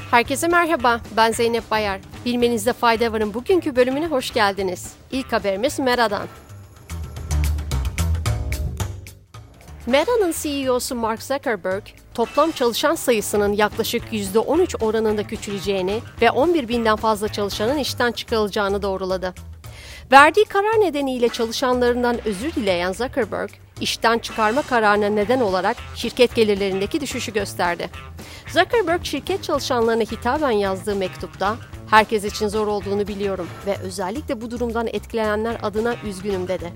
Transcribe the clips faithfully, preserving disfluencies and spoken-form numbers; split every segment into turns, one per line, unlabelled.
Herkese merhaba, ben Zeynep Bayar. Bilmenizde fayda varın bugünkü bölümüne hoş geldiniz. İlk haberimiz Meta'dan. Meta'nın C E O'su Mark Zuckerberg, toplam çalışan sayısının yaklaşık yüzde on üç oranında küçüleceğini ve on bir binden fazla çalışanın işten çıkarılacağını doğruladı. Verdiği karar nedeniyle çalışanlarından özür dileyen Zuckerberg, işten çıkarma kararına neden olarak şirket gelirlerindeki düşüşü gösterdi. Zuckerberg, şirket çalışanlarına hitaben yazdığı mektupta, "Herkes için zor olduğunu biliyorum ve özellikle bu durumdan etkilenenler adına üzgünüm." dedi.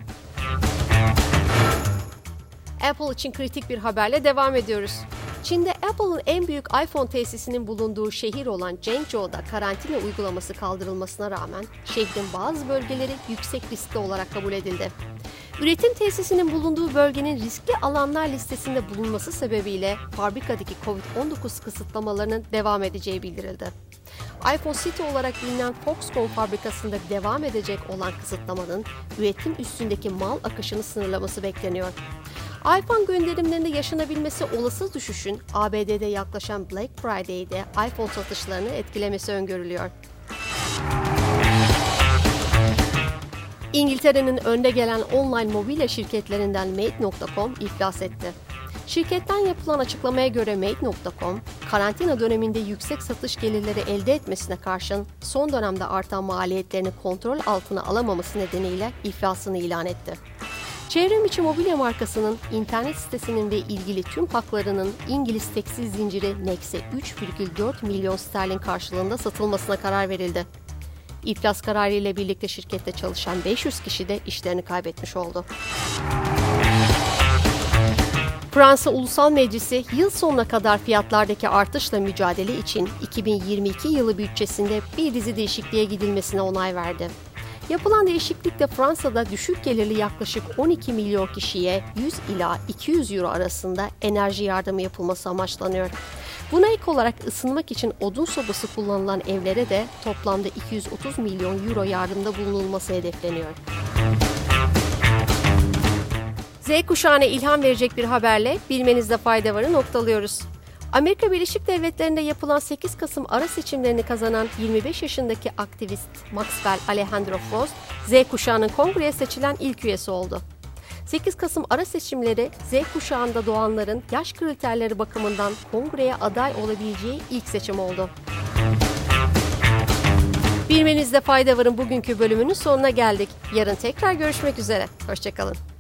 Apple için kritik bir haberle devam ediyoruz. Çin'de Apple'ın en büyük iPhone tesisinin bulunduğu şehir olan Zhengzhou'da karantina uygulaması kaldırılmasına rağmen şehrin bazı bölgeleri yüksek riskli olarak kabul edildi. Üretim tesisinin bulunduğu bölgenin riskli alanlar listesinde bulunması sebebiyle fabrikadaki kovid on dokuz kısıtlamalarının devam edeceği bildirildi. iPhone City olarak bilinen Foxconn fabrikasında devam edecek olan kısıtlamanın üretim üstündeki mal akışını sınırlaması bekleniyor. iPhone gönderimlerinde yaşanabilmesi olası düşüşün A B D'de yaklaşan Black Friday'de iPhone satışlarını etkilemesi öngörülüyor. İngiltere'nin önde gelen online mobilya şirketlerinden Made nokta com iflas etti. Şirketten yapılan açıklamaya göre Made nokta com, karantina döneminde yüksek satış gelirleri elde etmesine karşın son dönemde artan maliyetlerini kontrol altına alamaması nedeniyle iflasını ilan etti. Çevrimiçi mobilya markasının internet sitesinin ve ilgili tüm haklarının İngiliz tekstil zinciri Nex'e üç virgül dört milyon sterlin karşılığında satılmasına karar verildi. İflas kararı ile birlikte şirkette çalışan beş yüz kişi de işlerini kaybetmiş oldu. Fransa Ulusal Meclisi yıl sonuna kadar fiyatlardaki artışla mücadele için iki bin yirmi iki yılı bütçesinde bir dizi değişikliğe gidilmesine onay verdi. Yapılan değişiklikle Fransa'da düşük gelirli yaklaşık on iki milyon kişiye yüz ila iki yüz euro arasında enerji yardımı yapılması amaçlanıyor. Buna ek olarak ısınmak için odun sobası kullanılan evlere de toplamda iki yüz otuz milyon euro yardımda bulunulması hedefleniyor. Z kuşağına ilham verecek bir haberle bilmenizde fayda varı noktalıyoruz. Amerika Birleşik Devletleri'nde yapılan sekiz Kasım ara seçimlerini kazanan yirmi beş yaşındaki aktivist Maxwell Alejandro Frost, Z kuşağının kongreye seçilen ilk üyesi oldu. sekiz Kasım ara seçimleri Z kuşağında doğanların yaş kriterleri bakımından kongreye aday olabileceği ilk seçim oldu. Bilmenizde fayda varın bugünkü bölümünün sonuna geldik. Yarın tekrar görüşmek üzere. Hoşça kalın.